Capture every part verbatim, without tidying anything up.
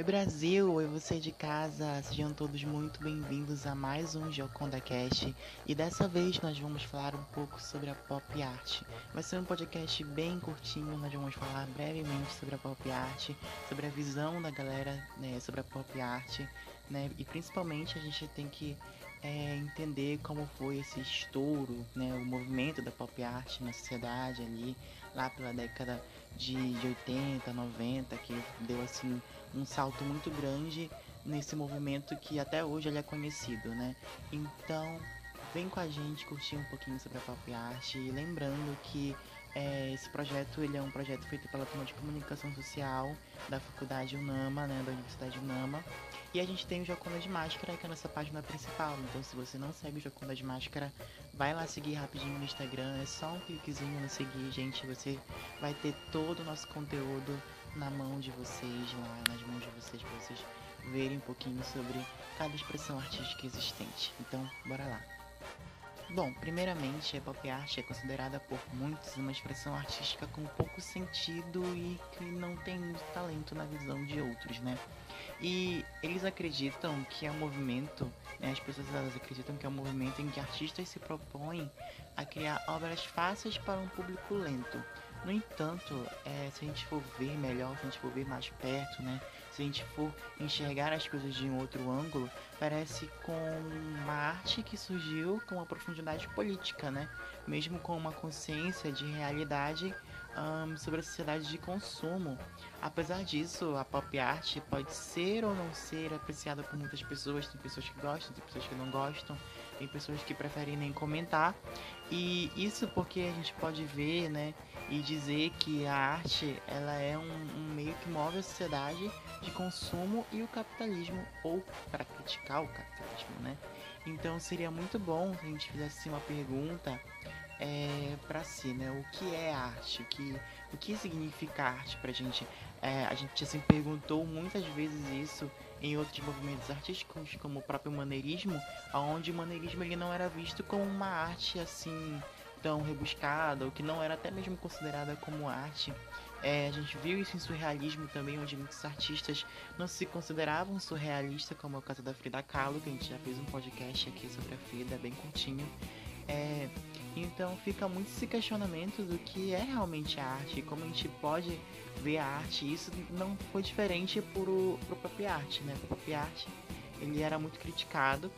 Oi Brasil, oi você de casa, sejam todos muito bem-vindos a mais um Gioconda Cast e dessa vez nós vamos falar um pouco sobre a pop art. Vai ser um podcast bem curtinho, nós vamos falar brevemente sobre a pop art, sobre a visão da galera, né, sobre a pop art, né, e principalmente a gente tem que é, entender como foi esse estouro, né, o movimento da pop art na sociedade ali, lá pela década de, de oitenta, noventa, que deu assim um salto muito grande nesse movimento que até hoje ele é conhecido, né? Então, vem com a gente curtir um pouquinho sobre a pop art e lembrando que é, esse projeto ele é um projeto feito pela turma de comunicação social da faculdade Unama, né, da Universidade Unama. E a gente tem o Jocunda de Máscara, que é a nossa página principal. Então, se você não segue o Jocunda de Máscara, vai lá seguir rapidinho no Instagram. É só um cliquezinho no seguir, gente. Você vai ter todo o nosso conteúdo na mão de vocês, lá nas mãos de vocês, para vocês verem um pouquinho sobre cada expressão artística existente. Então, bora lá. Bom, primeiramente, a pop art é considerada por muitos uma expressão artística com pouco sentido e que não tem muito talento na visão de outros, né? E eles acreditam que é um movimento, né, as pessoas elas acreditam que é um movimento em que artistas se propõem a criar obras fáceis para um público lento. No entanto, é, se a gente for ver melhor, se a gente for ver mais perto, né, se a gente for enxergar as coisas de um outro ângulo, parece com uma arte que surgiu com uma profundidade política, né? Mesmo com uma consciência de realidade um, sobre a sociedade de consumo. Apesar disso, a pop art pode ser ou não ser apreciada por muitas pessoas. Tem pessoas que gostam, tem pessoas que não gostam, tem pessoas que preferem nem comentar. E isso porque a gente pode ver, né, e dizer que a arte ela é um, um meio que move a sociedade de consumo e o capitalismo, ou para criticar o capitalismo, né? Então seria muito bom se a gente fizesse uma pergunta é, para si, né? O que é arte? O que, o que significa arte pra gente? É, a gente assim perguntou muitas vezes isso em outros movimentos artísticos, como o próprio maneirismo, onde o maneirismo ele não era visto como uma arte assim tão rebuscada, ou que não era até mesmo considerada como arte. É, a gente viu isso em surrealismo também, onde muitos artistas não se consideravam surrealistas, como é o caso da Frida Kahlo, que a gente já fez um podcast aqui sobre a Frida, bem curtinho. É, então fica muito esse questionamento do que é realmente a arte, como a gente pode ver a arte. Isso não foi diferente pro, pro pop art, né? O pop art ele era muito criticado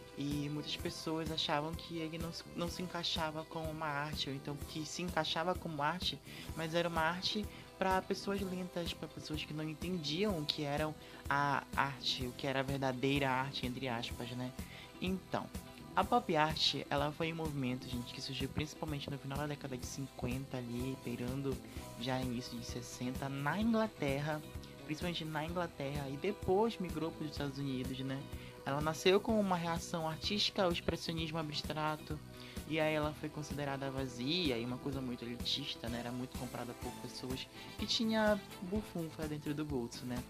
e muitas pessoas achavam que ele não, não se encaixava como uma arte, ou então que se encaixava como arte, mas era uma arte para pessoas lentas, para pessoas que não entendiam o que era a arte, o que era a verdadeira arte, entre aspas, né? Então, a pop art, ela foi um movimento, gente, que surgiu principalmente no final da década de cinquenta ali, beirando já início de sessenta, na Inglaterra, principalmente na Inglaterra, e depois migrou para os Estados Unidos, né? Ela nasceu como uma reação artística ao expressionismo abstrato, e aí ela foi considerada vazia e uma coisa muito elitista, né? Era muito comprada por pessoas que tinha bufunfa dentro do bolso, né?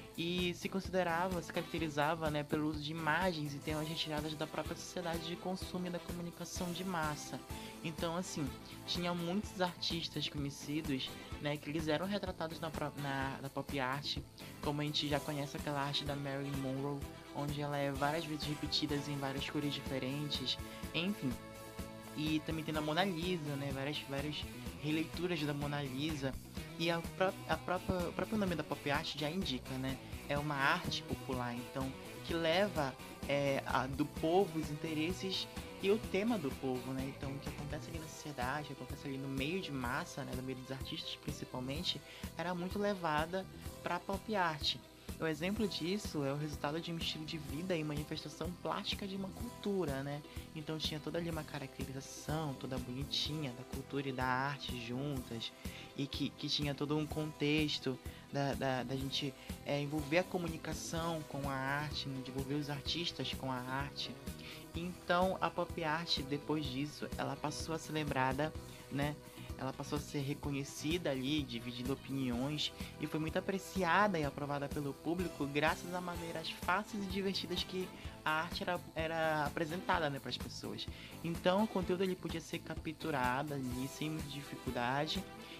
E se considerava, se caracterizava, né, pelo uso de imagens e temas retiradas da própria sociedade de consumo e da comunicação de massa. Então, assim, tinha muitos artistas conhecidos, né, que eles eram retratados na, na, na pop art, como a gente já conhece aquela arte da Marilyn Monroe, onde ela é várias vezes repetida em várias cores diferentes, enfim. E também tem a Mona Lisa, né, várias, várias releituras da Mona Lisa. E a, pró a própria, o próprio nome da pop art já indica, né? É uma arte popular, então, que leva é, a, do povo os interesses e o tema do povo, né? Então, o que acontece ali na sociedade, o que acontece ali no meio de massa, né? No meio dos artistas, principalmente, era muito levada para a pop art. O exemplo disso é o resultado de um estilo de vida e manifestação plástica de uma cultura, né? Então tinha toda ali uma caracterização, toda bonitinha, da cultura e da arte juntas, e que, que tinha todo um contexto da, da, da gente é, envolver a comunicação com a arte, né? De envolver os artistas com a arte. Então a pop art, depois disso, ela passou a ser lembrada, né? Ela passou a ser reconhecida ali, dividindo opiniões, e foi muito apreciada e aprovada pelo público graças a maneiras fáceis e divertidas que a arte era, era apresentada, né, para as pessoas. Então o conteúdo ele podia ser capturado ali sem muita dificuldade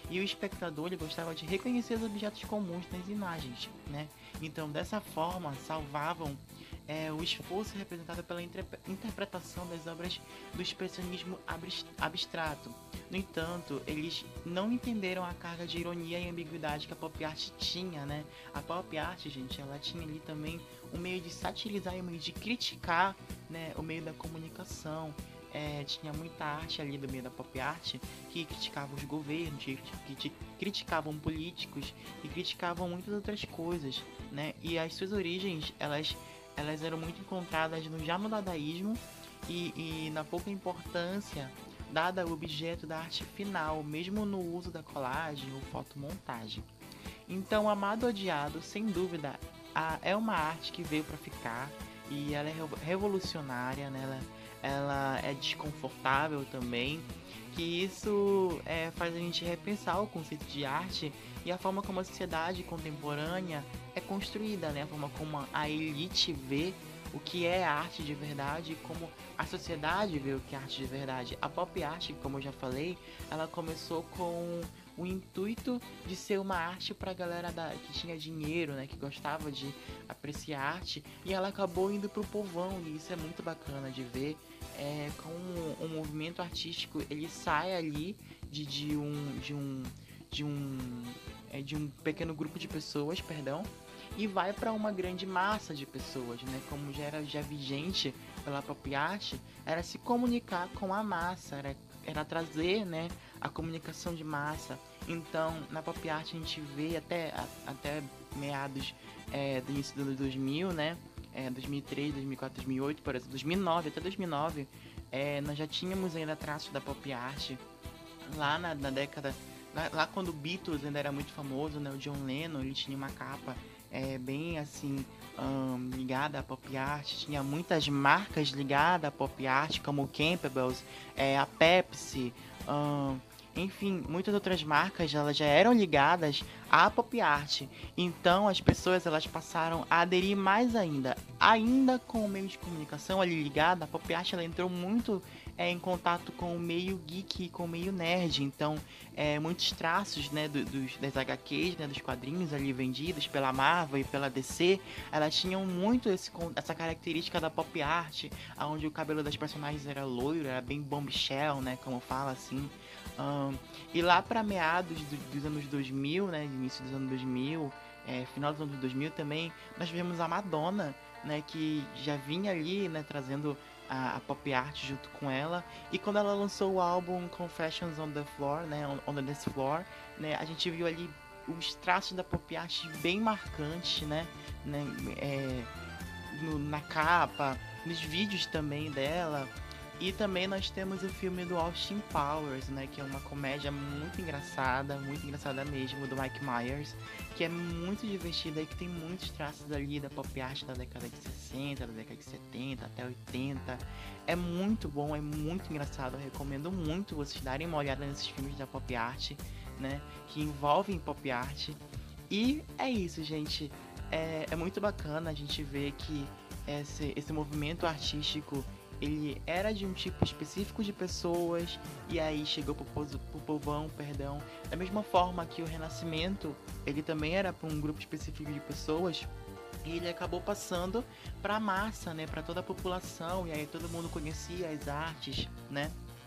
E o espectador ele gostava de reconhecer os objetos comuns nas imagens, né? Então, dessa forma, salvavam é, o esforço representado pela interpretação das obras do expressionismo abstrato. No entanto, eles não entenderam a carga de ironia e ambiguidade que a pop art tinha, né? A pop art, gente, ela tinha ali também um meio de satirizar e um meio de criticar, né, o meio da comunicação. É, tinha muita arte ali do meio da pop art que criticava os governos, que, que criticavam políticos e criticavam muitas outras coisas, né? E as suas origens, elas, elas eram muito encontradas no já no dadaísmo e, e na pouca importância dada ao objeto da arte final, mesmo no uso da colagem ou fotomontagem. Então, Amado Odiado, sem dúvida, a, é uma arte que veio para ficar e ela é revolucionária, né? Ela, ela é desconfortável também, que isso é, faz a gente repensar o conceito de arte e a forma como a sociedade contemporânea é construída, né? A forma como a elite vê o que é arte de verdade e como a sociedade vê o que é arte de verdade. A pop art, como eu já falei, ela começou com o intuito de ser uma arte para a galera da, que tinha dinheiro, né, que gostava de apreciar arte, e ela acabou indo pro povão, e isso é muito bacana de ver, é, como um movimento artístico ele sai ali de, de um de um de um é, de um pequeno grupo de pessoas, perdão, e vai para uma grande massa de pessoas, né? Como já era já vigente pela pop art, era se comunicar com a massa, era, era trazer, né, a comunicação de massa. Então, na pop art a gente vê até, a, até meados é, do início do dois mil, né? É, dois mil e três, dois mil e quatro, dois mil e oito, por exemplo, dois mil e nove, até dois mil e nove, é, nós já tínhamos ainda traços da pop art lá na, na década, lá, lá quando o Beatles ainda era muito famoso, né? O John Lennon, ele tinha uma capa é, bem assim, um, ligada à pop art, tinha muitas marcas ligadas à pop art, como o Campbell's, é, a Pepsi, um, enfim, muitas outras marcas elas já eram ligadas à pop art. Então as pessoas elas passaram a aderir mais ainda, ainda com o meio de comunicação ali ligado. A pop art ela entrou muito é, em contato com o meio geek, com o meio nerd. Então é, muitos traços, né, do, dos, das agá quês, né, dos quadrinhos ali vendidos pela Marvel e pela dê cê, elas tinham muito esse, essa característica da pop art, onde o cabelo das personagens era loiro, era bem bombshell, né, como fala assim. Um, e lá para meados do, dos anos dois mil, né, início dos anos dois mil, é, final dos anos dois mil também, nós vemos a Madonna, né, que já vinha ali, né, trazendo a, a pop art junto com ela. E quando ela lançou o álbum Confessions on the Floor, né, on, on the Dance Floor, né, a gente viu ali os traços da pop art bem marcantes, né, né é, no, na capa, nos vídeos também dela. E também nós temos o filme do Austin Powers, né, que é uma comédia muito engraçada, muito engraçada mesmo, do Mike Myers, que é muito divertida e que tem muitos traços ali da pop art da década de sessenta, da década de setenta até oitenta. É muito bom, é muito engraçado, eu recomendo muito vocês darem uma olhada nesses filmes da pop art, né, que envolvem pop art. E é isso, gente, é, é muito bacana a gente ver que esse, esse movimento artístico ele era de um tipo específico de pessoas e aí chegou pro, pro povão, perdão. Da mesma forma que o Renascimento, ele também era para um grupo específico de pessoas e ele acabou passando para a massa, né, para toda a população, e aí todo mundo conhecia as artes, né?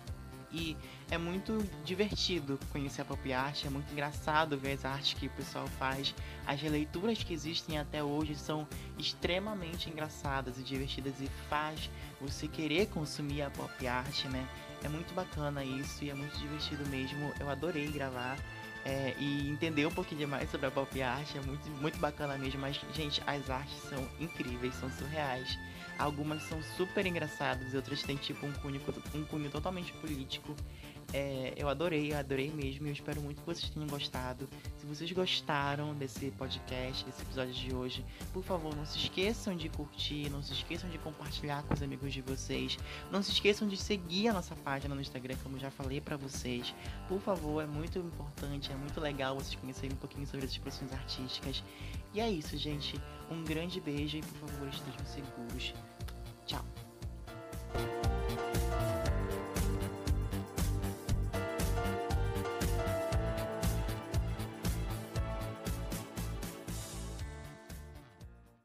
E é muito divertido conhecer a pop art, é muito engraçado ver as artes que o pessoal faz. As releituras que existem até hoje são extremamente engraçadas e divertidas e faz você querer consumir a pop art, né? É muito bacana isso e é muito divertido mesmo. Eu adorei gravar é, e entender um pouquinho mais sobre a pop art, é muito, muito bacana mesmo. Mas, gente, as artes são incríveis, são surreais. Algumas são super engraçadas e outras têm tipo um cunho, um cunho totalmente político. É, eu adorei, eu adorei mesmo e eu espero muito que vocês tenham gostado. Se vocês gostaram desse podcast, desse episódio de hoje, por favor, não se esqueçam de curtir, não se esqueçam de compartilhar com os amigos de vocês. Não se esqueçam de seguir a nossa página no Instagram, como eu já falei pra vocês. Por favor, é muito importante, é muito legal vocês conhecerem um pouquinho sobre as expressões artísticas. E é isso, gente. Um grande beijo e por favor, estejam seguros. Tchau.